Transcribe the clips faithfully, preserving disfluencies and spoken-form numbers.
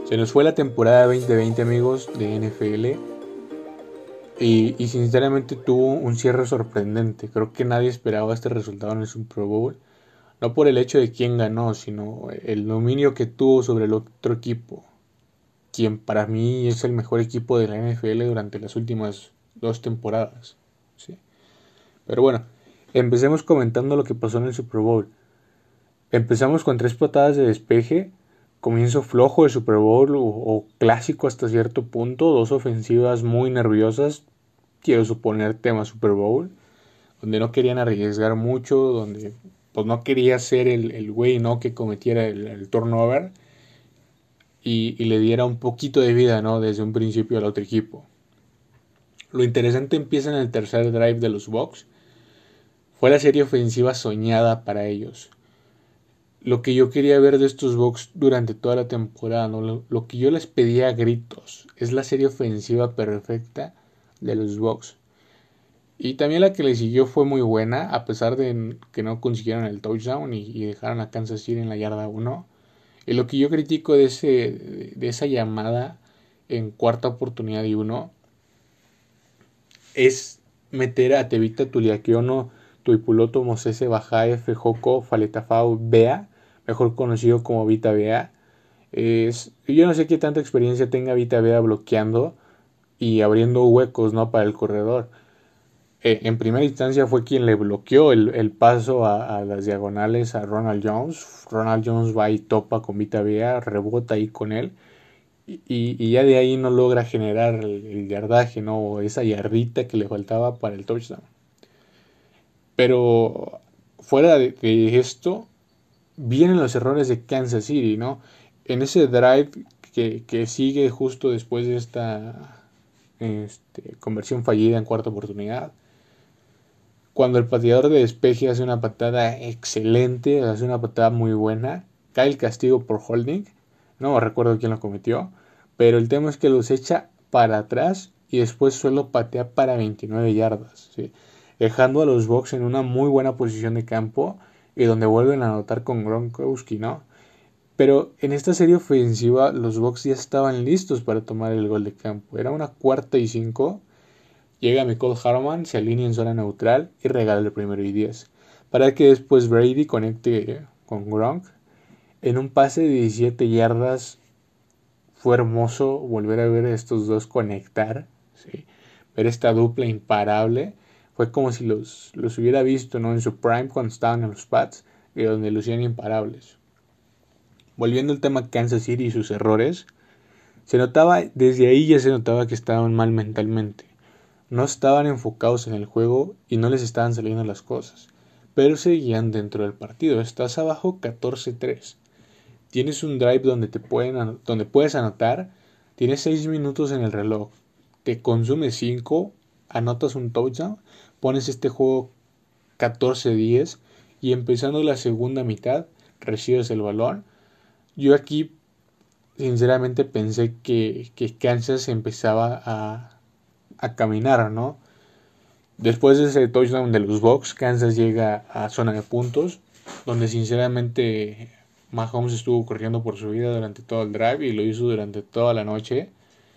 Se nos fue la temporada veinte veinte, amigos, de N F L. Y, y sinceramente tuvo un cierre sorprendente. Creo que nadie esperaba este resultado en el Super Bowl. No por el hecho de quién ganó, sino el dominio que tuvo sobre el otro equipo. Quien para mí es el mejor equipo de la N F L durante las últimas dos temporadas. ¿Sí? Pero bueno, empecemos comentando lo que pasó en el Super Bowl. Empezamos con tres patadas de despeje. Comienzo flojo de Super Bowl o, o clásico hasta cierto punto. Dos ofensivas muy nerviosas. Quiero suponer tema Super Bowl. Donde no querían arriesgar mucho. Donde pues no quería ser el, el güey, ¿no?, que cometiera el, el turnover. Y, y le diera un poquito de vida, ¿no?, desde un principio al otro equipo. Lo interesante empieza en el tercer drive de los Bucks. Fue la serie ofensiva soñada para ellos. Lo que yo quería ver de estos Bucks durante toda la temporada, ¿no? Lo, lo que yo les pedía a gritos, es la serie ofensiva perfecta de los Bucks. Y también la que le siguió fue muy buena, a pesar de que no consiguieron el touchdown y, y dejaron a Kansas City en la yarda uno. Y lo que yo critico de, ese, de esa llamada en cuarta oportunidad y uno es meter a Tevita Tuliakiono, Tuipuloto Mosese Bajae Fejoko Faletafao Bea, mejor conocido como Vita Bea. Es, yo no sé qué tanta experiencia tenga Vita Bea bloqueando y abriendo huecos, ¿no?, para el corredor. Eh, en primera instancia fue quien le bloqueó el, el paso a, a las diagonales a Ronald Jones. Ronald Jones va y topa con Vita Bea, rebota ahí con él. Y, y, ya de ahí no logra generar el, el yardaje, ¿no?, o esa yardita que le faltaba para el touchdown. Pero fuera de, de esto, vienen los errores de Kansas City, ¿no? En ese drive que, que sigue justo después de esta este, conversión fallida en cuarta oportunidad, cuando el pateador de despeje hace una patada excelente, hace una patada muy buena, cae el castigo por holding, no recuerdo quién lo cometió, pero el tema es que los echa para atrás y después solo patea para veintinueve yardas, ¿sí?, dejando a los Bucks en una muy buena posición de campo y donde vuelven a anotar con Gronkowski, ¿no? Pero en esta serie ofensiva los Bucks ya estaban listos para tomar el gol de campo. Era una cuarta y cinco. Llega Mecole Hardman, se alinea en zona neutral y regala el primero y diez. Para que después Brady conecte con Gronk. En un pase de diecisiete yardas fue hermoso volver a ver a estos dos conectar, ¿sí?, ver esta dupla imparable. Fue como si los, los hubiera visto, ¿no?, en su prime cuando estaban en los Pats, y donde lucían imparables. Volviendo al tema Kansas City y sus errores, se notaba, desde ahí ya se notaba que estaban mal mentalmente. No estaban enfocados en el juego y no les estaban saliendo las cosas, pero seguían dentro del partido. Estás abajo catorce tres. Tienes un drive donde, te pueden, donde puedes anotar, tienes seis minutos en el reloj, te consume cinco, anotas un touchdown, pones este juego catorce diez y empezando la segunda mitad recibes el balón. Yo aquí sinceramente pensé que, que Kansas empezaba a, a caminar, ¿no? Después de ese touchdown de los Bucks, Kansas llega a zona de puntos, donde sinceramente Mahomes estuvo corriendo por su vida durante todo el drive y lo hizo durante toda la noche.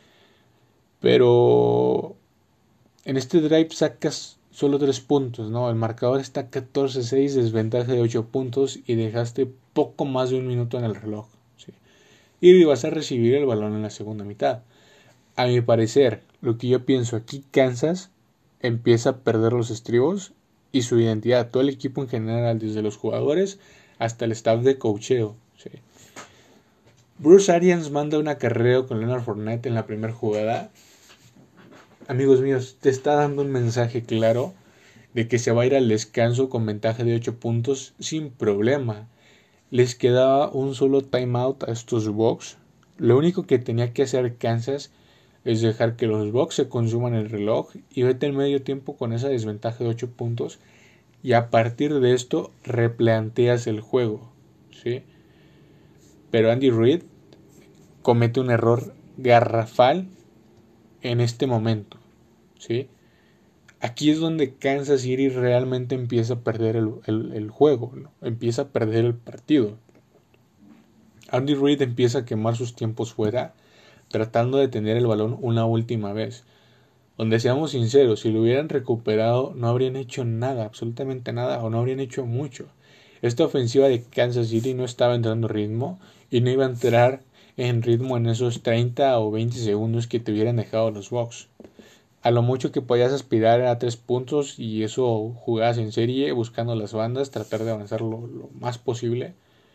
Pero en este drive sacas solo tres puntos, ¿no? El marcador está catorce seis, desventaja de ocho puntos y dejaste poco más de un minuto en el reloj, ¿sí? Y vas a recibir el balón en la segunda mitad. A mi parecer, lo que yo pienso aquí, Kansas empieza a perder los estribos y su identidad, todo el equipo en general, desde los jugadores hasta el staff de coacheo, ¿sí? Bruce Arians manda un acarreo con Leonard Fournette en la primera jugada. Amigos míos, te está dando un mensaje claro de que se va a ir al descanso con ventaja de ocho puntos sin problema. Les quedaba un solo timeout a estos Bucks. Lo único que tenía que hacer Kansas es dejar que los Bucks se consuman el reloj y vete en medio tiempo con esa desventaja de ocho puntos y a partir de esto replanteas el juego, ¿sí? Pero Andy Reid comete un error garrafal en este momento, ¿sí? Aquí es donde Kansas City realmente empieza a perder el, el, el juego, ¿no? Empieza a perder el partido. Andy Reid empieza a quemar sus tiempos fuera, tratando de tener el balón una última vez. Donde seamos sinceros, si lo hubieran recuperado no habrían hecho nada, absolutamente nada, o no habrían hecho mucho. Esta ofensiva de Kansas City no estaba entrando ritmo y no iba a entrar en ritmo en esos treinta o veinte segundos que te hubieran dejado los Bucs. A lo mucho que podías aspirar a tres puntos y eso jugabas en serie, buscando las bandas, tratar de avanzar lo, lo más posible,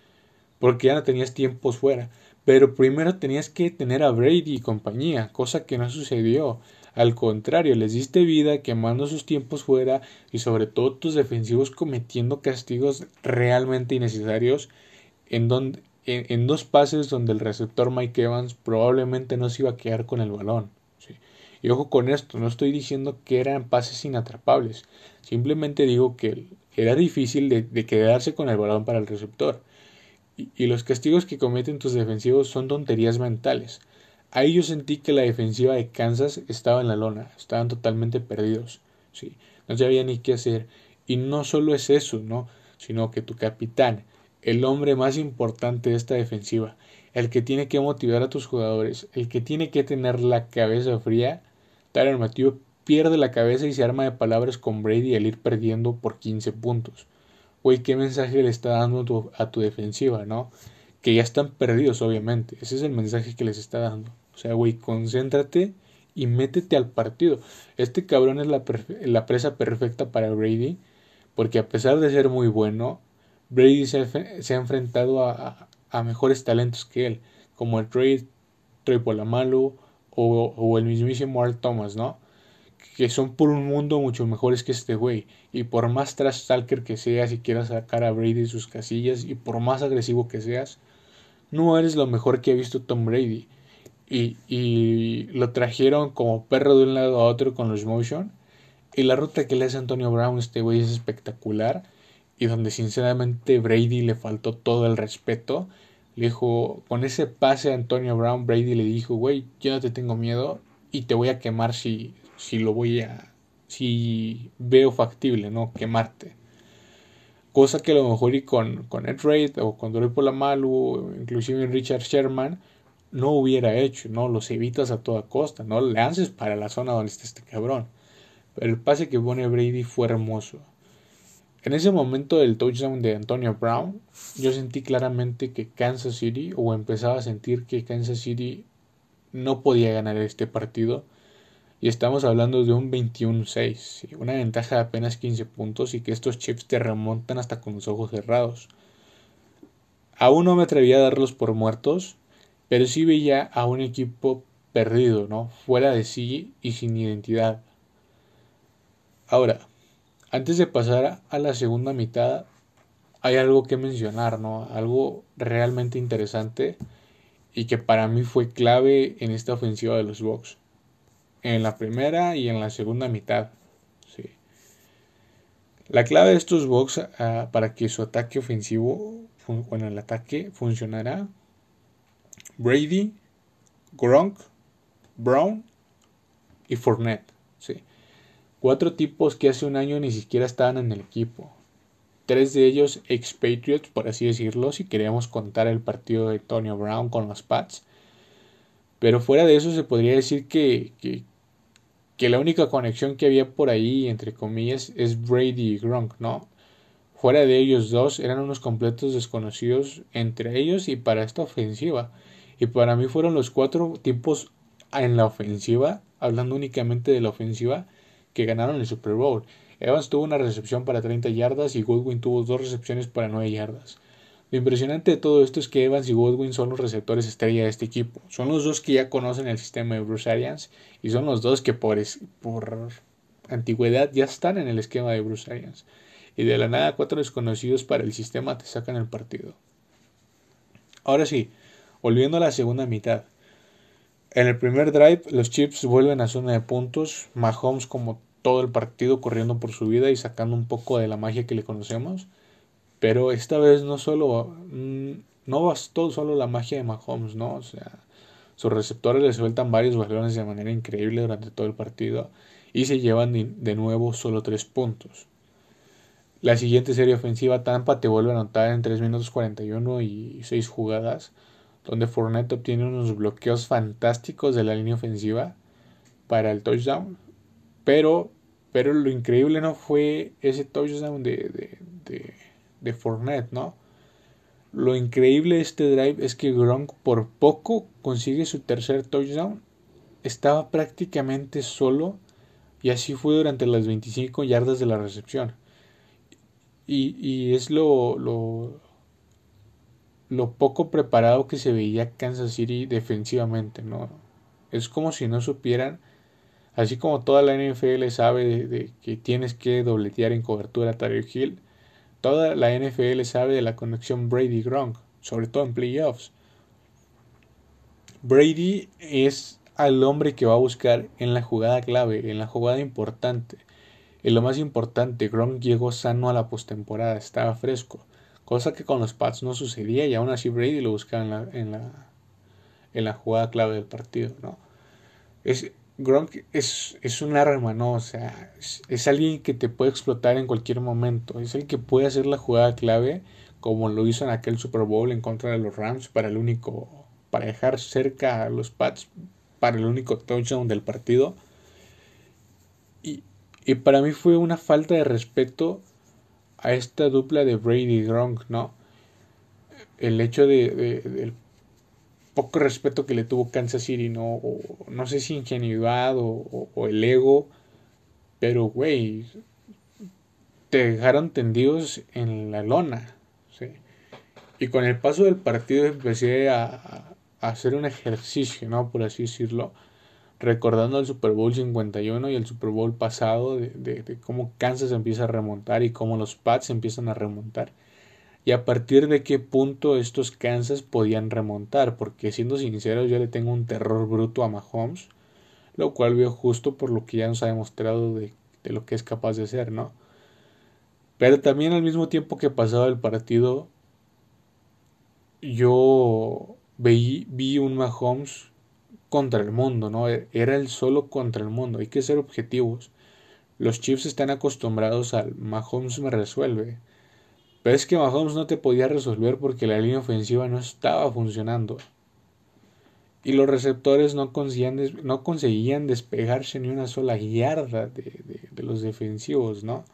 porque ya no tenías tiempos fuera. Pero primero tenías que tener a Brady y compañía, cosa que no sucedió. Al contrario, les diste vida quemando sus tiempos fuera y sobre todo tus defensivos cometiendo castigos realmente innecesarios en, donde, en, en dos pases donde el receptor Mike Evans probablemente no se iba a quedar con el balón. ¿Sí? Y ojo con esto, no estoy diciendo que eran pases inatrapables, simplemente digo que era difícil de, de quedarse con el balón para el receptor. Y, y los castigos que cometen tus defensivos son tonterías mentales. Ahí yo sentí que la defensiva de Kansas estaba en la lona, estaban totalmente perdidos, sí, no sabía ni qué hacer. Y no solo es eso, ¿no? Sino que tu capitán, el hombre más importante de esta defensiva, el que tiene que motivar a tus jugadores, el que tiene que tener la cabeza fría, Tyrann Mathieu pierde la cabeza y se arma de palabras con Brady al ir perdiendo por quince puntos. Güey, ¿qué mensaje le está dando tu, a tu defensiva, no? Que ya están perdidos, obviamente. Ese es el mensaje que les está dando. O sea, güey, concéntrate y métete al partido. Este cabrón es la, la presa perfecta para Brady, porque a pesar de ser muy bueno, Brady se ha, se ha enfrentado a, a, a, mejores talentos que él, como el Trey, Troy Polamalu o, o el mismísimo Earl Thomas, ¿no? Que son por un mundo mucho mejores que este güey. Y por más trash talker que seas y quieras sacar a Brady de sus casillas, y por más agresivo que seas, no eres lo mejor que ha visto Tom Brady. Y, y lo trajeron como perro de un lado a otro con los motion. Y la ruta que le hace Antonio Brown, este güey, es espectacular. Y donde sinceramente Brady le faltó todo el respeto. Le dijo, con ese pase a Antonio Brown, Brady le dijo, güey, yo no te tengo miedo y te voy a quemar si, si lo voy a, si veo factible, ¿no? Quemarte. Cosa que a lo mejor y con, con Ed Reid o con Troy Polamalu, inclusive Richard Sherman, no hubiera hecho, ¿no? Los evitas a toda costa, ¿no? Le lances para la zona donde está este cabrón. Pero el pase que pone Brady fue hermoso. En ese momento del touchdown de Antonio Brown, yo sentí claramente que Kansas City, o empezaba a sentir que Kansas City no podía ganar este partido. Y estamos hablando de un veintiuno seis, una ventaja de apenas quince puntos y que estos Chiefs te remontan hasta con los ojos cerrados. Aún no me atrevía a darlos por muertos, pero sí veía a un equipo perdido, ¿no? Fuera de sí y sin identidad. Ahora, antes de pasar a la segunda mitad, hay algo que mencionar, ¿no? Algo realmente interesante y que para mí fue clave en esta ofensiva de los Bucs. En la primera y en la segunda mitad. Sí. La clave de estos Bucs uh, para que su ataque ofensivo, bueno, el ataque funcionara, Brady, Gronk, Brown y Fournette. Sí. Cuatro tipos que hace un año ni siquiera estaban en el equipo. Tres de ellos expatriates, por así decirlo, si queríamos contar el partido de Antonio Brown con los Pats. Pero fuera de eso se podría decir que, que, que la única conexión que había por ahí, entre comillas, es Brady y Gronk, ¿no? Fuera de ellos dos eran unos completos desconocidos entre ellos y para esta ofensiva. Y para mí fueron los cuatro tipos en la ofensiva, hablando únicamente de la ofensiva, que ganaron el Super Bowl. Evans tuvo una recepción para treinta yardas y Godwin tuvo dos recepciones para nueve yardas. Lo impresionante de todo esto es que Evans y Godwin son los receptores estrella de este equipo. Son los dos que ya conocen el sistema de Bruce Arians y son los dos que por, por antigüedad ya están en el esquema de Bruce Arians. Y de la nada cuatro desconocidos para el sistema te sacan el partido. Ahora sí, volviendo a la segunda mitad. En el primer drive, los Chiefs vuelven a zona de puntos. Mahomes, como todo el partido, corriendo por su vida y sacando un poco de la magia que le conocemos. Pero esta vez no solo. No bastó solo la magia de Mahomes, ¿no? O sea, sus receptores le sueltan varios balones de manera increíble durante todo el partido. Y se llevan de nuevo solo tres puntos. La siguiente serie ofensiva, Tampa te vuelve a anotar en tres minutos cuarenta y uno y seis jugadas, donde Fournette obtiene unos bloqueos fantásticos de la línea ofensiva para el touchdown. Pero, pero lo increíble no fue ese touchdown de, de, de, de Fournette, ¿no? Lo increíble de este drive es que Gronk por poco consigue su tercer touchdown. Estaba prácticamente solo y así fue durante las veinticinco yardas de la recepción. Y, y es lo, lo, lo poco preparado que se veía Kansas City defensivamente, ¿no? Es como si no supieran, así como toda la N F L sabe de, de que tienes que dobletear en cobertura a Tyreek Hill, toda la N F L sabe de la conexión Brady-Gronk, sobre todo en playoffs. Brady es al hombre que va a buscar en la jugada clave, en la jugada importante. En lo más importante, Gronk llegó sano a la postemporada, estaba fresco, cosa que con los Pats no sucedía y aún así Brady lo buscaba en la, en la, en la jugada clave del partido, ¿no? Es, Gronk es, es un arma, ¿no? O sea, es, es alguien que te puede explotar en cualquier momento, es el que puede hacer la jugada clave como lo hizo en aquel Super Bowl en contra de los Rams para el único, para dejar cerca a los Pats para el único touchdown del partido. Y, y para mí fue una falta de respeto a esta dupla de Brady y Gronk, ¿no? El hecho de, de, del poco respeto que le tuvo Kansas City, ¿no? O, no sé si ingenuidad o, o, o el ego, pero, güey, te dejaron tendidos en la lona, ¿sí? Y con el paso del partido empecé a, a, a hacer un ejercicio, ¿no? Por así decirlo, recordando el Super Bowl cincuenta y uno y el Super Bowl pasado, de, de, de cómo Kansas empieza a remontar y cómo los Pats empiezan a remontar. Y a partir de qué punto estos Kansas podían remontar, porque siendo sinceros yo le tengo un terror bruto a Mahomes, lo cual veo justo por lo que ya nos ha demostrado de, de lo que es capaz de hacer, ¿no? Pero también al mismo tiempo que pasaba el partido, yo vi, vi un Mahomes contra el mundo, ¿no? Era el solo contra el mundo, hay que ser objetivos. Los Chiefs están acostumbrados al Mahomes me resuelve. Pero es que Mahomes no te podía resolver porque la línea ofensiva no estaba funcionando. Y los receptores no conseguían, des no conseguían despegarse ni una sola yarda de, de, de los defensivos, ¿no?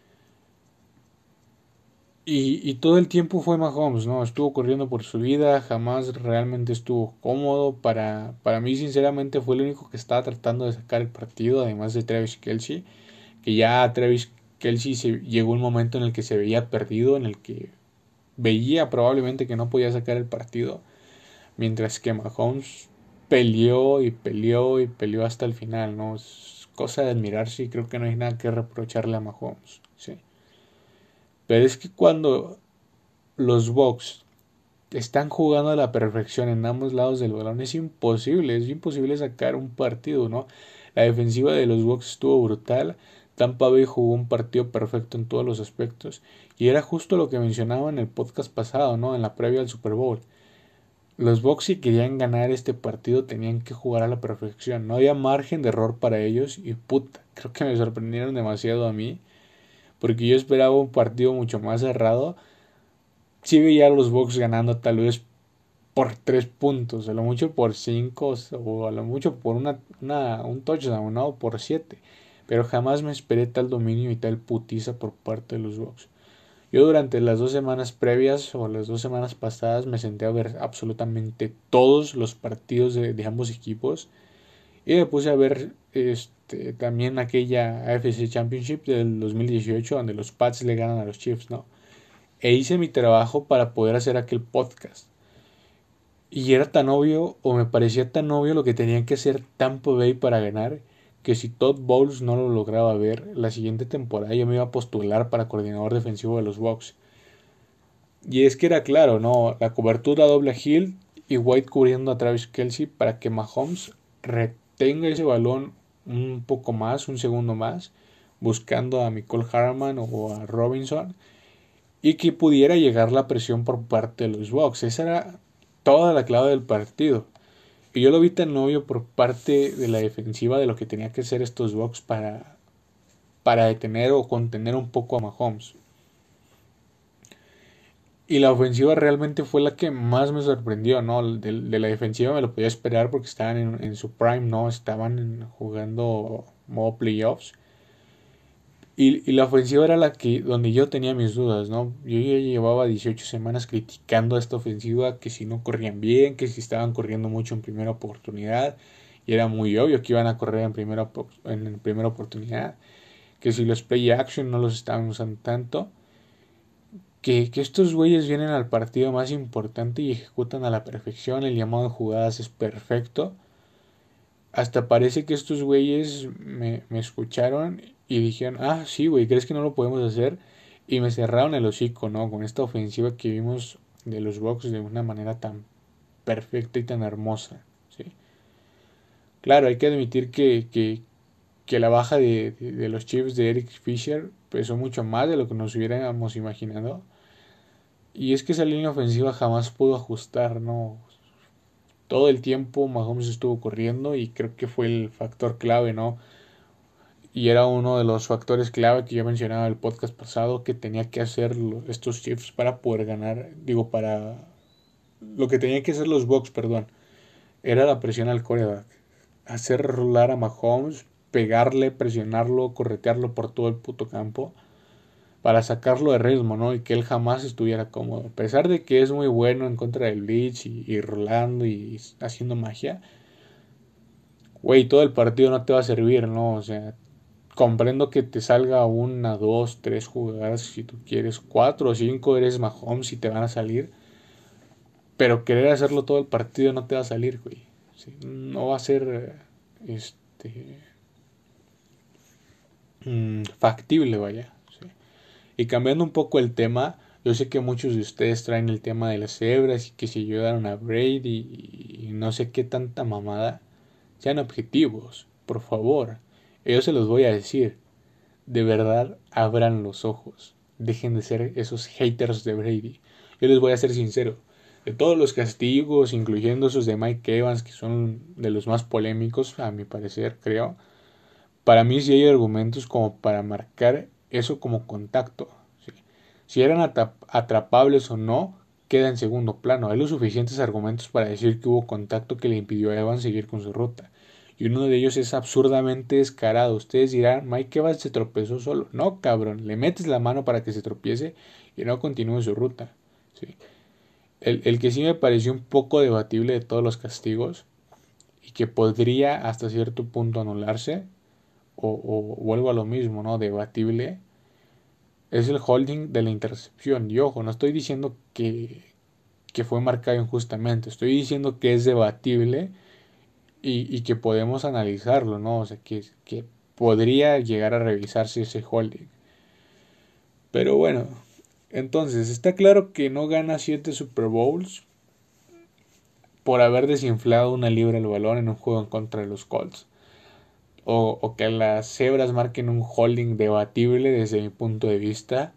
Y, y todo el tiempo fue Mahomes, ¿no? Estuvo corriendo por su vida, jamás realmente estuvo cómodo. Para, para mí, sinceramente, fue el único que estaba tratando de sacar el partido, además de Travis Kelce. Que ya Travis Kelce se, llegó un momento en el que se veía perdido, en el que veía probablemente que no podía sacar el partido. Mientras que Mahomes peleó y peleó y peleó hasta el final, ¿no? Es cosa de admirarse y creo que no hay nada que reprocharle a Mahomes, ¿sí? Pero es que cuando los Bucks están jugando a la perfección en ambos lados del balón, es imposible, es imposible sacar un partido, ¿no? La defensiva de los Bucks estuvo brutal, Tampa Bay jugó un partido perfecto en todos los aspectos, y era justo lo que mencionaba en el podcast pasado, ¿no? En la previa al Super Bowl. Los Bucks, si querían ganar este partido, tenían que jugar a la perfección. No había margen de error para ellos. Y puta, creo que me sorprendieron demasiado a mí. Porque yo esperaba un partido mucho más cerrado. Sí veía a los Bucks ganando tal vez por tres puntos. A lo mucho por cinco. O a lo mucho por una, una, un touchdown, ¿no? Por siete. Pero jamás me esperé tal dominio y tal putiza por parte de los Bucks. Yo durante las dos semanas previas o las dos semanas pasadas me senté a ver absolutamente todos los partidos de, de ambos equipos y me puse a ver este, también aquella A F C Championship del dos mil dieciocho donde los Pats le ganan a los Chiefs, ¿no? E hice mi trabajo para poder hacer aquel podcast. Y era tan obvio, o me parecía tan obvio lo que tenían que hacer Tampa Bay para ganar, que si Todd Bowles no lo lograba ver, la siguiente temporada yo me iba a postular para coordinador defensivo de los Bucks. Y es que era claro, ¿no? La cobertura doble a Hill y White cubriendo a Travis Kelce para que Mahomes retenga ese balón un poco más, un segundo más, buscando a Mecole Hardman o a Robinson y que pudiera llegar la presión por parte de los Bucks. Esa era toda la clave del partido. Y yo lo vi tan obvio por parte de la defensiva de lo que tenía que hacer estos Bucks para, para detener o contener un poco a Mahomes. Y la ofensiva realmente fue la que más me sorprendió, ¿no? De, de la defensiva me lo podía esperar porque estaban en, en su prime, ¿no? Estaban en- jugando modo playoffs. Y, y la ofensiva era la que, donde yo tenía mis dudas, ¿no? Yo ya llevaba dieciocho semanas criticando a esta ofensiva, que si no corrían bien, que si estaban corriendo mucho en primera oportunidad, y era muy obvio que iban a correr en primera, en primera oportunidad, que si los play action no los estaban usando tanto, que, que estos güeyes vienen al partido más importante y ejecutan a la perfección, el llamado de jugadas es perfecto. Hasta parece que estos güeyes me, me escucharon y dijeron, ah, sí, güey, ¿crees que no lo podemos hacer? Y me cerraron el hocico, ¿no? Con esta ofensiva que vimos de los Bucks de una manera tan perfecta y tan hermosa, ¿sí? Claro, hay que admitir que, que, que la baja de, de, de los Chiefs de Eric Fisher pesó mucho más de lo que nos hubiéramos imaginado. Y es que esa línea ofensiva jamás pudo ajustar, ¿no? Todo el tiempo Mahomes estuvo corriendo y creo que fue el factor clave, ¿no? Y era uno de los factores clave que yo mencionaba en el podcast pasado que tenía que hacer estos Chiefs para poder ganar, digo, para lo que tenían que hacer los Bucks, perdón, era la presión al quarterback, hacer rolar a Mahomes, pegarle, presionarlo, corretearlo por todo el puto campo para sacarlo de ritmo, ¿no? Y que él jamás estuviera cómodo. A pesar de que es muy bueno en contra del blitz y, y rolando y haciendo magia, güey, todo el partido no te va a servir, ¿no? O sea, comprendo que te salga una, dos, tres jugadas si tú quieres, cuatro o cinco eres Mahomes y te van a salir, pero querer hacerlo todo el partido no te va a salir, güey. Sí, no va a ser este mm, factible, vaya. Sí. Y cambiando un poco el tema, yo sé que muchos de ustedes traen el tema de las cebras y que si ayudaron a Brady y no sé qué tanta mamada. Sean objetivos, por favor. Yo se los voy a decir. De verdad, abran los ojos. Dejen de ser esos haters de Brady. Yo les voy a ser sincero. De todos los castigos, incluyendo esos de Mike Evans, que son de los más polémicos, a mi parecer, creo. Para mí sí hay argumentos como para marcar eso como contacto. ¿Sí? Si eran atrapables o no, queda en segundo plano. Hay los suficientes argumentos para decir que hubo contacto que le impidió a Evans seguir con su ruta. Y uno de ellos es absurdamente descarado. Ustedes dirán, Mike Evans se tropezó solo. No, cabrón, le metes la mano para que se tropiece y no continúe su ruta. ¿Sí? El, el que sí me pareció un poco debatible de todos los castigos y que podría hasta cierto punto anularse, o, o vuelvo a lo mismo, ¿no? Debatible, es el holding de la intercepción. Y ojo, no estoy diciendo que, que fue marcado injustamente, estoy diciendo que es debatible y, y que podemos analizarlo, ¿no? O sea, que, que podría llegar a revisarse ese holding. Pero bueno, entonces está claro que no gana siete Super Bowls por haber desinflado una libra el balón en un juego en contra de los Colts. O, o que las cebras marquen un holding debatible desde mi punto de vista.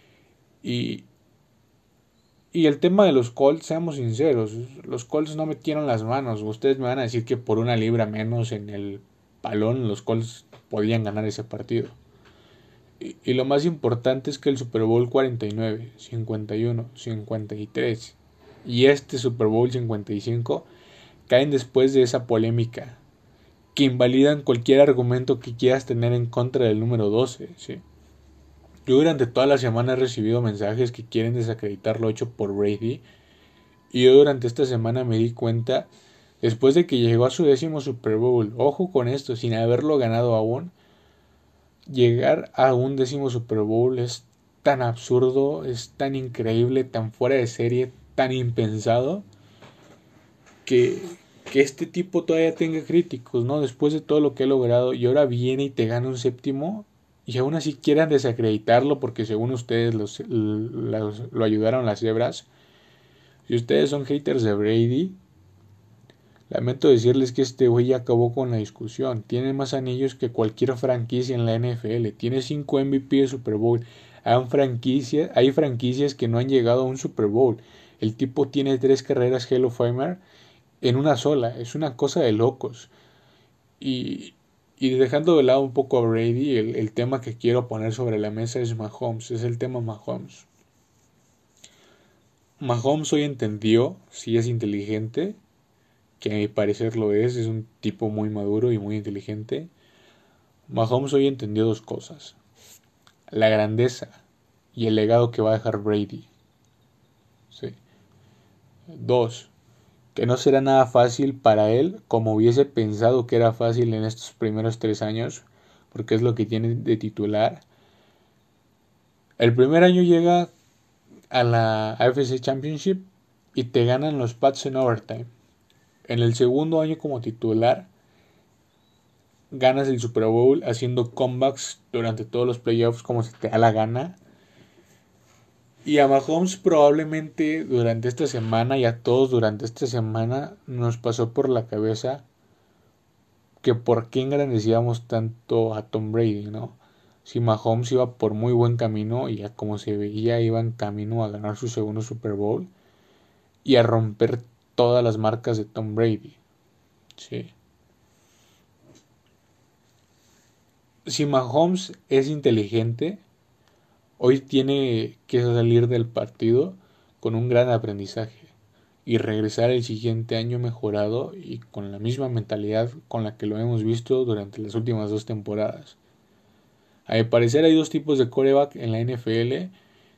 Y, y el tema de los Colts, seamos sinceros, los Colts no metieron las manos. Ustedes me van a decir que por una libra menos en el balón los Colts podían ganar ese partido. Y, y lo más importante es que el Super Bowl cuarenta y nueve, cincuenta y uno, cincuenta y tres y este Super Bowl cincuenta y cinco caen después de esa polémica que invalidan cualquier argumento que quieras tener en contra del número doce, ¿sí? Yo durante toda la semana he recibido mensajes que quieren desacreditar lo hecho por Brady. Y yo durante esta semana me di cuenta, después de que llegó a su décimo Super Bowl, ojo con esto, sin haberlo ganado aún, llegar a un décimo Super Bowl es tan absurdo, es tan increíble, tan fuera de serie, tan impensado, que, que este tipo todavía tenga críticos, ¿no? Después de todo lo que ha logrado y ahora viene y te gana un séptimo y aún así quieran desacreditarlo porque según ustedes los, los, lo ayudaron las cebras. Si ustedes son haters de Brady, lamento decirles que este güey ya acabó con la discusión. Tiene más anillos que cualquier franquicia en la N F L. Tiene cinco M V P de Super Bowl. Hay franquicias, hay franquicias que no han llegado a un Super Bowl. El tipo tiene tres carreras Hall of Famer en una sola. Es una cosa de locos. Y, y dejando de lado un poco a Brady, el, el tema que quiero poner sobre la mesa es Mahomes. Es el tema Mahomes. Mahomes hoy entendió, si es inteligente, que a mi parecer lo es, es un tipo muy maduro y muy inteligente. Mahomes hoy entendió dos cosas: la grandeza y el legado que va a dejar Brady. Sí. Dos, que no será nada fácil para él como hubiese pensado que era fácil en estos primeros tres años, porque es lo que tiene de titular. El primer año llega a la A F C Championship y te ganan los Pats en overtime. En el segundo año como titular ganas el Super Bowl haciendo comebacks durante todos los playoffs como se te da la gana. Y a Mahomes probablemente durante esta semana y a todos durante esta semana nos pasó por la cabeza que por qué engrandecíamos tanto a Tom Brady, ¿no? Si Mahomes iba por muy buen camino y a como se veía iba en camino a ganar su segundo Super Bowl y a romper todas las marcas de Tom Brady, ¿sí? Si Mahomes es inteligente, hoy tiene que salir del partido con un gran aprendizaje y regresar el siguiente año mejorado y con la misma mentalidad con la que lo hemos visto durante las últimas dos temporadas. A mi parecer hay dos tipos de quarterback en la N F L.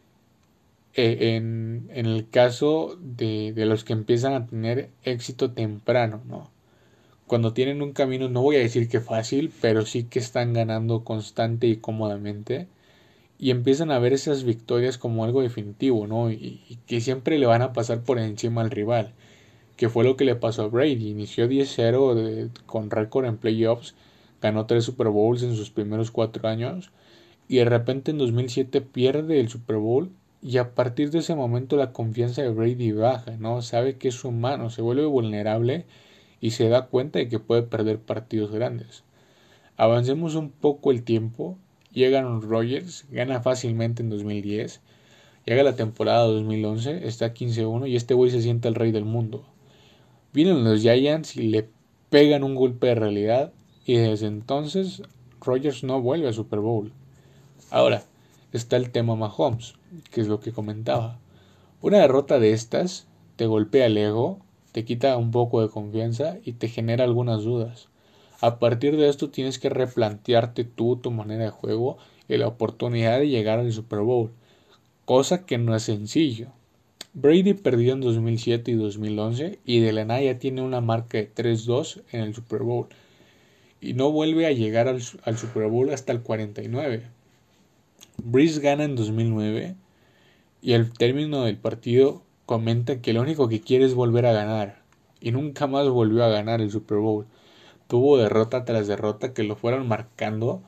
Eh, en, en el caso de, de los que empiezan a tener éxito temprano, ¿no? Cuando tienen un camino, no voy a decir que fácil, pero sí que están ganando constante y cómodamente y empiezan a ver esas victorias como algo definitivo, ¿no? Y, y que siempre le van a pasar por encima al rival, que fue lo que le pasó a Brady. Inició diez cero de, con récord en playoffs, ganó tres Super Bowls en sus primeros cuatro años y de repente en dos mil siete pierde el Super Bowl y a partir de ese momento la confianza de Brady baja, ¿no? Sabe que es humano, se vuelve vulnerable y se da cuenta de que puede perder partidos grandes. Avancemos un poco el tiempo, llega Aaron Rodgers, gana fácilmente en dos mil diez, llega la temporada dos mil once, está quince uno y este güey se siente el rey del mundo. Vienen los Giants y le pegan un golpe de realidad y desde entonces Rodgers no vuelve a Super Bowl. Ahora, está el tema Mahomes, que es lo que comentaba. Una derrota de estas te golpea el ego, te quita un poco de confianza y te genera algunas dudas. A partir de esto tienes que replantearte tú tu manera de juego y la oportunidad de llegar al Super Bowl, cosa que no es sencillo. Brady perdió en dos mil siete y dos mil once y de la nada ya tiene una marca de tres dos en el Super Bowl y no vuelve a llegar al, al Super Bowl hasta el cuarenta y nueve. Breeze gana en dos mil nueve y al término del partido comenta que lo único que quiere es volver a ganar y nunca más volvió a ganar el Super Bowl. Tuvo derrota tras derrota que lo fueron marcando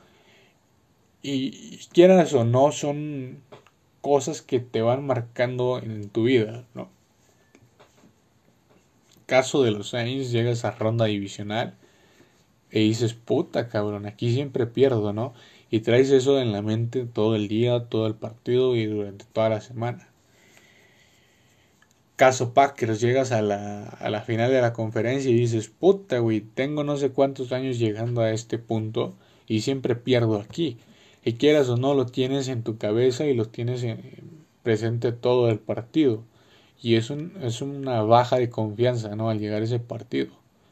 y quieras o no son cosas que te van marcando en tu vida, ¿no? Caso de los Saints, llegas a ronda divisional e dices, puta cabrón, aquí siempre pierdo, ¿no? Y traes eso en la mente todo el día, todo el partido y durante toda la semana. Caso Packers, llegas a la, a la final de la conferencia y dices, puta, güey, tengo no sé cuántos años llegando a este punto y siempre pierdo aquí. Y quieras o no, lo tienes en tu cabeza y lo tienes en, presente todo el partido. Y es, un, es una baja de confianza, ¿no? Al llegar a ese partido.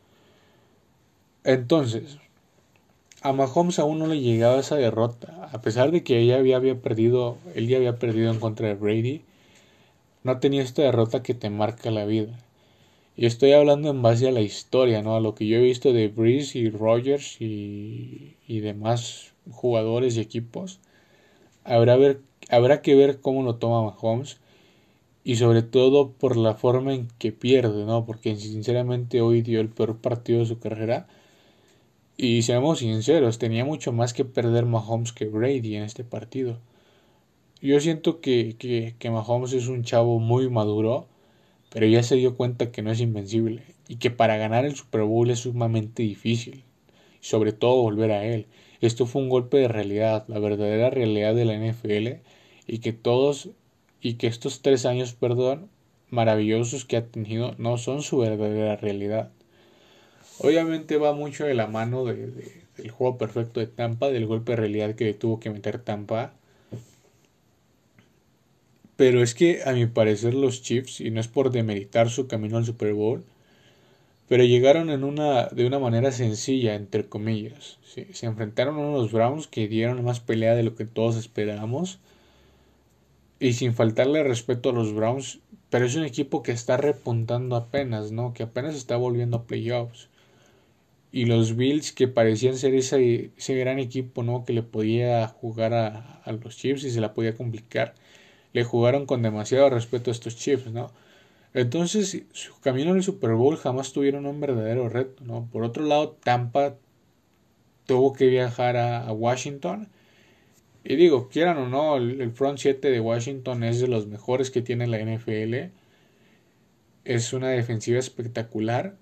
Entonces, a Mahomes aún no le llegaba esa derrota. A pesar de que ella había, había perdido, él ya había perdido en contra de Brady, no tenía esta derrota que te marca la vida. Y estoy hablando en base a la historia, ¿no? A lo que yo he visto de Breeze y Rodgers y, y demás jugadores y equipos. Habrá, ver, habrá que ver cómo lo toma Mahomes. Y sobre todo por la forma en que pierde, ¿no? Porque sinceramente hoy dio el peor partido de su carrera. Y seamos sinceros, tenía mucho más que perder Mahomes que Brady en este partido. Yo siento que, que, que Mahomes es un chavo muy maduro, pero ya se dio cuenta que no es invencible y que para ganar el Super Bowl es sumamente difícil, y sobre todo volver a él. Esto fue un golpe de realidad, la verdadera realidad de la N F L y que todos y que estos tres años, perdón, maravillosos que ha tenido no son su verdadera realidad. Obviamente va mucho de la mano de, de, del juego perfecto de Tampa, del golpe de realidad que tuvo que meter Tampa. Pero es que a mi parecer los Chiefs, y no es por demeritar su camino al Super Bowl, pero llegaron en una, de una manera sencilla, entre comillas. ¿Sí? Se enfrentaron a unos Browns que dieron más pelea de lo que todos esperábamos. Y sin faltarle respeto a los Browns, pero es un equipo que está repuntando apenas, ¿no? Que apenas está volviendo a playoffs. Y los Bills, que parecían ser ese, ese gran equipo, ¿no? Que le podía jugar a, a los Chiefs y se la podía complicar. Le jugaron con demasiado respeto a estos Chiefs, ¿no? Entonces, su camino al Super Bowl jamás tuvieron un verdadero reto, ¿no? Por otro lado, Tampa tuvo que viajar a, a Washington. Y digo, quieran o no, el, el front siete de Washington es de los mejores que tiene la N F L. Es una defensiva espectacular.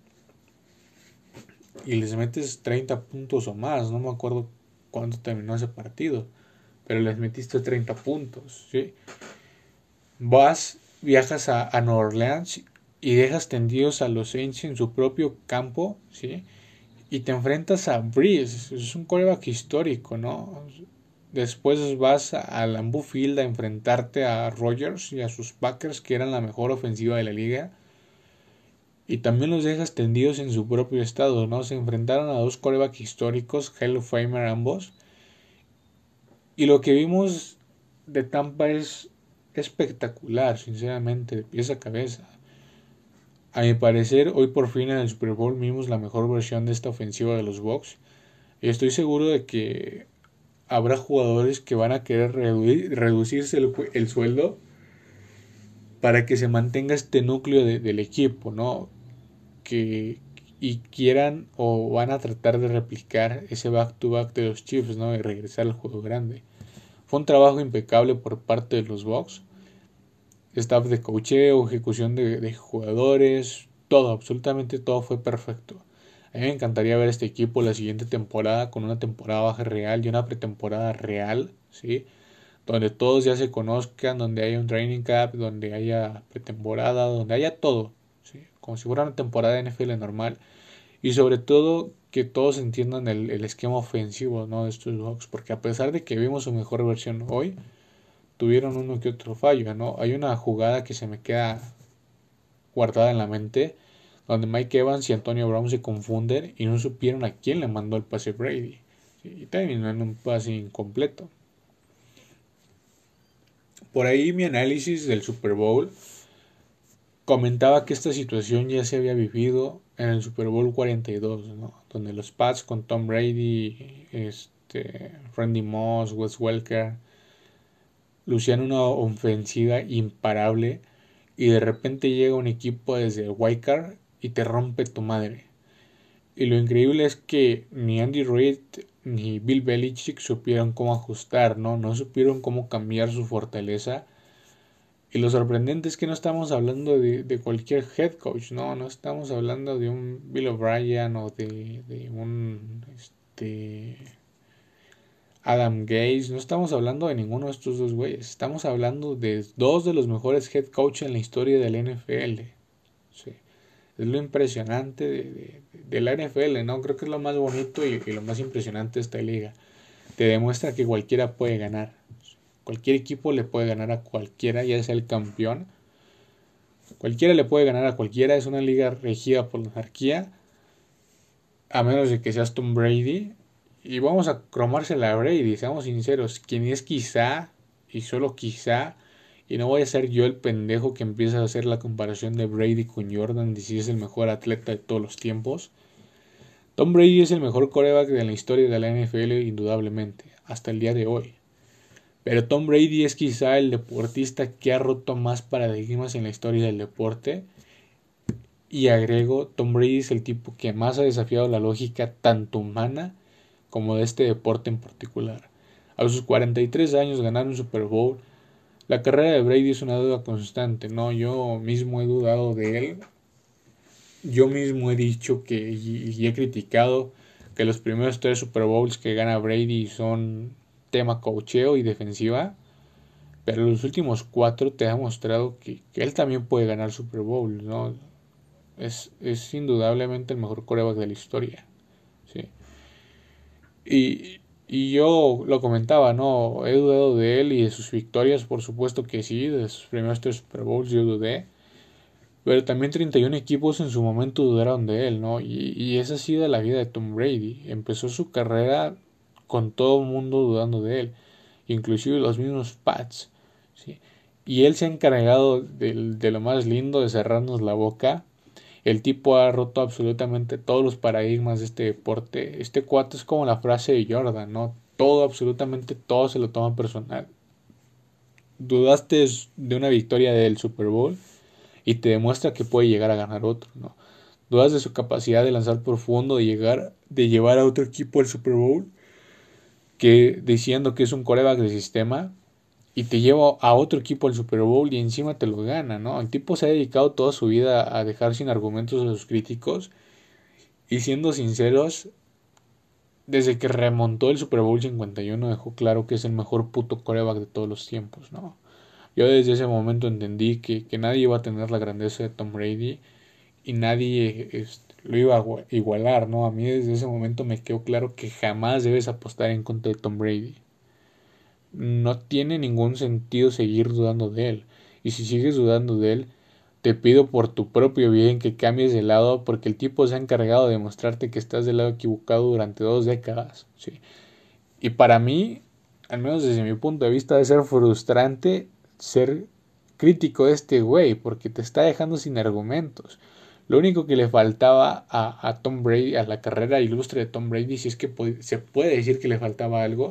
Y les metes treinta puntos o más. No me acuerdo cuánto terminó ese partido. Pero les metiste treinta puntos, ¿sí? Vas, viajas a, a Nueva Orleans y dejas tendidos a los Saints en su propio campo, ¿sí? Y te enfrentas a Breeze. Es un quarterback histórico, ¿no? Después vas a Lambeau Field a enfrentarte a Rodgers y a sus Packers, que eran la mejor ofensiva de la liga. Y también los dejas tendidos en su propio estado, ¿no? Se enfrentaron a dos quarterbacks históricos, Hall of Famer ambos. Y lo que vimos de Tampa es espectacular, sinceramente, de pies a cabeza. A mi parecer, hoy por fin en el Super Bowl vimos la mejor versión de esta ofensiva de los Bucs. Y estoy seguro de que habrá jugadores que van a querer reducir, reducirse el, el sueldo para que se mantenga este núcleo de, del equipo, ¿no? Que y quieran o van a tratar de replicar ese back to back de los Chiefs, ¿no? Y regresar al juego grande. Fue un trabajo impecable por parte de los Bucs. Staff de coacheo, ejecución de, de jugadores, todo, absolutamente todo fue perfecto. A mí me encantaría ver este equipo la siguiente temporada con una temporada baja real y una pretemporada real, ¿sí? Donde todos ya se conozcan, donde haya un training camp, donde haya pretemporada, donde haya todo, ¿sí? Como si fuera una temporada de N F L normal. Y sobre todo que todos entiendan el, el esquema ofensivo, ¿no? De estos Bucs, porque a pesar de que vimos su mejor versión hoy, tuvieron uno que otro fallo, ¿no? Hay una jugada que se me queda guardada en la mente, donde Mike Evans y Antonio Brown se confunden y no supieron a quién le mandó el pase Brady. ¿Sí? Y terminó en un pase incompleto. Por ahí mi análisis del Super Bowl comentaba que esta situación ya se había vivido en el Super Bowl cuarenta y dos, ¿no? Donde los Pats con Tom Brady, este, Randy Moss, Wes Welker, lucían una ofensiva imparable y de repente llega un equipo desde el Wildcard y te rompe tu madre. Y lo increíble es que ni Andy Reid ni Bill Belichick supieron cómo ajustar, ¿no? No supieron cómo cambiar su fortaleza. Y lo sorprendente es que no estamos hablando de, de cualquier head coach, ¿no? No estamos hablando de un Bill O'Brien o de, de un este Adam Gase. No estamos hablando de ninguno de estos dos güeyes. Estamos hablando de dos de los mejores head coach en la historia del N F L. Sí. Es lo impresionante de, de, de la N F L, ¿no? Creo que es lo más bonito y, y lo más impresionante de esta liga. Te demuestra que cualquiera puede ganar. Cualquier equipo le puede ganar a cualquiera, ya sea el campeón. Cualquiera le puede ganar a cualquiera. Es una liga regida por la anarquía. A menos de que seas Tom Brady. Y vamos a cromársela a Brady, seamos sinceros. Quien es quizá, y solo quizá, y no voy a ser yo el pendejo que empieza a hacer la comparación de Brady con Jordan, de si es el mejor atleta de todos los tiempos. Tom Brady es el mejor quarterback de la historia de la N F L, indudablemente, hasta el día de hoy. Pero Tom Brady es quizá el deportista que ha roto más paradigmas en la historia del deporte. Y agrego, Tom Brady es el tipo que más ha desafiado la lógica tanto humana como de este deporte en particular. A sus cuarenta y tres años ganar un Super Bowl. La carrera de Brady es una duda constante, ¿no? Yo mismo he dudado de él. Yo mismo he dicho que y, y he criticado que los primeros tres Super Bowls que gana Brady son tema coacheo y defensiva. Pero los últimos cuatro te ha mostrado que, que él también puede ganar Super Bowl, ¿no? Es, es indudablemente el mejor quarterback de la historia, ¿sí? Y Y yo lo comentaba, ¿no? He dudado de él y de sus victorias, por supuesto que sí, de sus primeros tres Super Bowls yo dudé. Pero también treinta y uno equipos en su momento dudaron de él, ¿no? Y, y esa ha sido la vida de Tom Brady. Empezó su carrera con todo el mundo dudando de él, inclusive los mismos Pats, ¿sí? Y él se ha encargado de, de lo más lindo, de cerrarnos la boca. El tipo ha roto absolutamente todos los paradigmas de este deporte. Este cuate es como la frase de Jordan, ¿no? Todo, absolutamente todo se lo toma personal. Dudaste de una victoria del Super Bowl y te demuestra que puede llegar a ganar otro, ¿no? Dudas de su capacidad de lanzar profundo, de llegar, de llevar a otro equipo al Super Bowl, que diciendo que es un quarterback de sistema y te lleva a otro equipo al Super Bowl y encima te lo gana, ¿no? El tipo se ha dedicado toda su vida a dejar sin argumentos a sus críticos y siendo sinceros, desde que remontó el Super Bowl cincuenta y uno dejó claro que es el mejor puto quarterback de todos los tiempos, ¿no? Yo desde ese momento entendí que, que nadie iba a tener la grandeza de Tom Brady y nadie este, lo iba a igualar, ¿no? A mí desde ese momento me quedó claro que jamás debes apostar en contra de Tom Brady. No tiene ningún sentido seguir dudando de él. Y si sigues dudando de él, te pido por tu propio bien que cambies de lado porque el tipo se ha encargado de demostrarte que estás del lado equivocado durante dos décadas, ¿sí? Y para mí, al menos desde mi punto de vista, debe ser frustrante ser crítico de este güey porque te está dejando sin argumentos. Lo único que le faltaba a, a Tom Brady, a la carrera ilustre de Tom Brady, si es que se puede decir que le faltaba algo,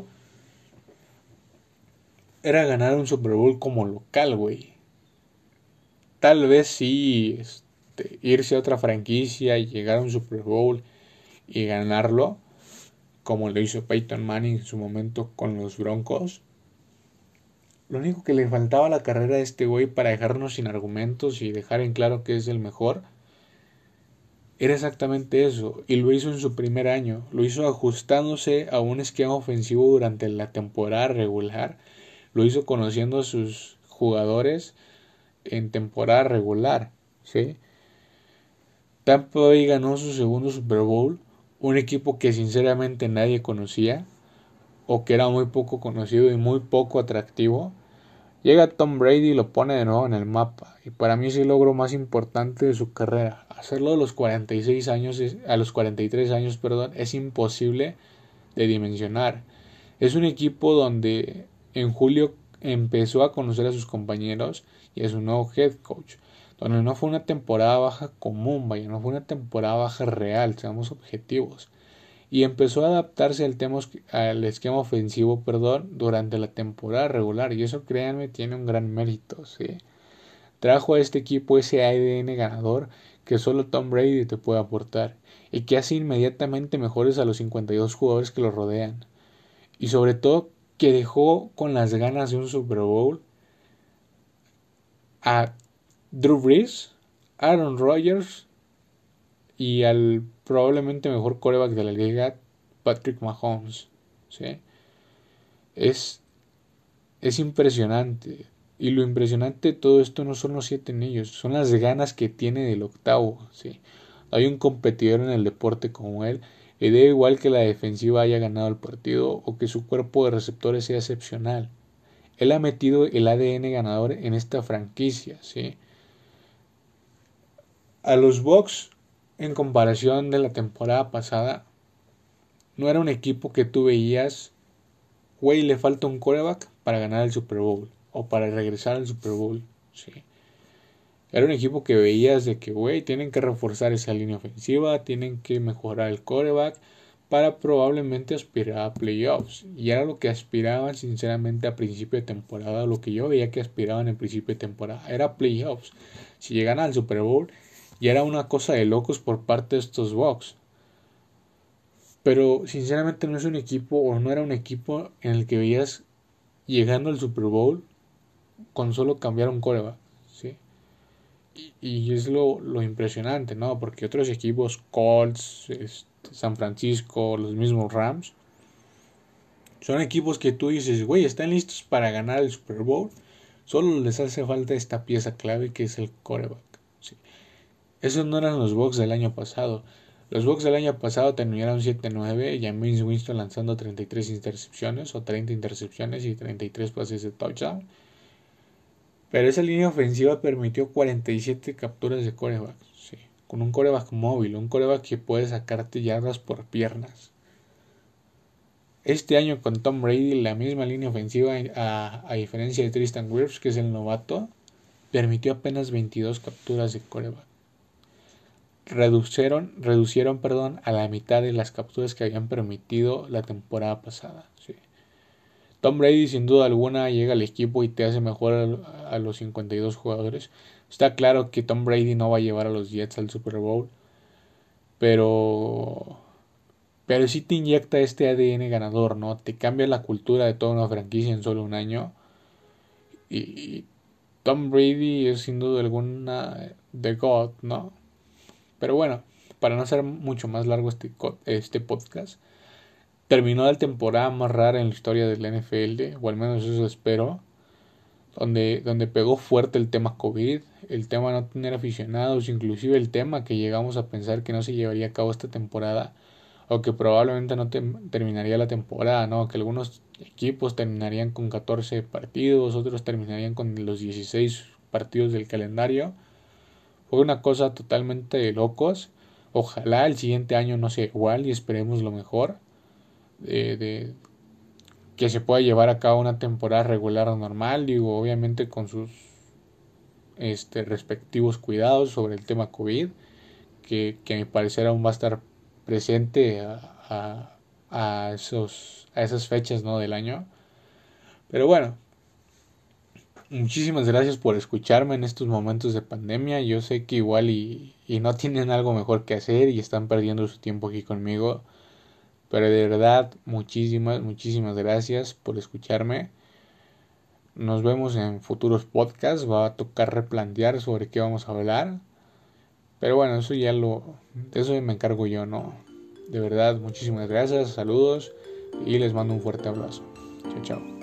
era ganar un Super Bowl como local, güey. Tal vez sí este, irse a otra franquicia y llegar a un Super Bowl y ganarlo, como lo hizo Peyton Manning en su momento con los Broncos. Lo único que le faltaba a la carrera de este güey para dejarnos sin argumentos y dejar en claro que es el mejor era exactamente eso, y lo hizo en su primer año, lo hizo ajustándose a un esquema ofensivo durante la temporada regular, lo hizo conociendo a sus jugadores en temporada regular, ¿sí? Tampa Bay ganó su segundo Super Bowl, un equipo que sinceramente nadie conocía, o que era muy poco conocido y muy poco atractivo. Llega Tom Brady y lo pone de nuevo en el mapa. Y para mí es el logro más importante de su carrera. Hacerlo a los cuarenta y seis años, a los cuarenta y tres años, perdón, es imposible de dimensionar. Es un equipo donde en julio empezó a conocer a sus compañeros y a su nuevo head coach. Donde no fue una temporada baja común, vaya, no fue una temporada baja real, seamos objetivos. Y empezó a adaptarse al, tema, al esquema ofensivo, perdón, durante la temporada regular. Y eso, créanme, tiene un gran mérito, ¿sí? Trajo a este equipo ese A D N ganador que solo Tom Brady te puede aportar. Y que hace inmediatamente mejores a los cincuenta y dos jugadores que lo rodean. Y sobre todo, que dejó con las ganas de un Super Bowl a Drew Brees, Aaron Rodgers y al probablemente mejor quarterback de la liga, Patrick Mahomes, ¿sí? Es, es impresionante. Y lo impresionante de todo esto no son los siete anillos, son las ganas que tiene del octavo, ¿sí? Hay un competidor en el deporte como él, y da igual que la defensiva haya ganado el partido o que su cuerpo de receptores sea excepcional. Él ha metido el A D N ganador en esta franquicia, ¿sí? A los Bucks, en comparación de la temporada pasada, no era un equipo que tú veías, güey, le falta un quarterback para ganar el Super Bowl o para regresar al Super Bowl, ¿sí? Era un equipo que veías de que, güey, tienen que reforzar esa línea ofensiva, tienen que mejorar el quarterback para probablemente aspirar a playoffs. Y era lo que aspiraban sinceramente a principio de temporada, lo que yo veía que aspiraban en principio de temporada, era playoffs. Si llegan al Super Bowl, ya era una cosa de locos por parte de estos Bucks. Pero sinceramente no es un equipo, o no era un equipo en el que veías llegando al Super Bowl con solo cambiar un quarterback, ¿sí? Y, y es lo, lo impresionante, ¿no? Porque otros equipos, Colts, este, San Francisco, los mismos Rams, son equipos que tú dices, güey, están listos para ganar el Super Bowl, solo les hace falta esta pieza clave que es el quarterback, ¿sí? Esos no eran los Bucks del año pasado. Los Bucks del año pasado terminaron siete nueve y Jameis Winston lanzando treinta y tres intercepciones o treinta intercepciones y treinta y tres pases de touchdown. Pero esa línea ofensiva permitió cuarenta y siete capturas de quarterback. Sí, con un quarterback móvil, un quarterback que puede sacarte yardas por piernas. Este año con Tom Brady, la misma línea ofensiva, a, a diferencia de Tristan Wirfs, que es el novato, permitió apenas veintidós capturas de quarterback. Reducieron, reducieron perdón, a la mitad de las capturas que habían permitido la temporada pasada. Sí. Tom Brady sin duda alguna llega al equipo y te hace mejor a, a los cincuenta y dos jugadores. Está claro que Tom Brady no va a llevar a los Jets al Super Bowl, pero pero sí te inyecta este A D N ganador, ¿no? Te cambia la cultura de toda una franquicia en solo un año. Y, y Tom Brady es sin duda alguna The God, ¿no? Pero bueno, para no hacer mucho más largo este, este podcast, terminó la temporada más rara en la historia de la N F L, o al menos eso espero, donde, donde pegó fuerte el tema COVID, el tema no tener aficionados, inclusive el tema que llegamos a pensar que no se llevaría a cabo esta temporada, o que probablemente no te, terminaría la temporada, ¿no? Que algunos equipos terminarían con catorce partidos, otros terminarían con los dieciséis partidos del calendario. Fue una cosa totalmente de locos. Ojalá el siguiente año no sea igual y esperemos lo mejor. De, de que se pueda llevar a cabo una temporada regular o normal, digo, obviamente con sus este, respectivos cuidados sobre el tema COVID, que, que a mi parecer aún va a estar presente a, a, a, esos, a esas fechas, ¿no? Del año. Pero bueno, muchísimas gracias por escucharme en estos momentos de pandemia. Yo sé que igual y, y no tienen algo mejor que hacer y están perdiendo su tiempo aquí conmigo. Pero de verdad, muchísimas, muchísimas gracias por escucharme. Nos vemos en futuros podcasts. Va a tocar replantear sobre qué vamos a hablar. Pero bueno, eso ya lo... de eso me encargo yo, ¿no? De verdad, muchísimas gracias, saludos y les mando un fuerte abrazo. Chao, chao.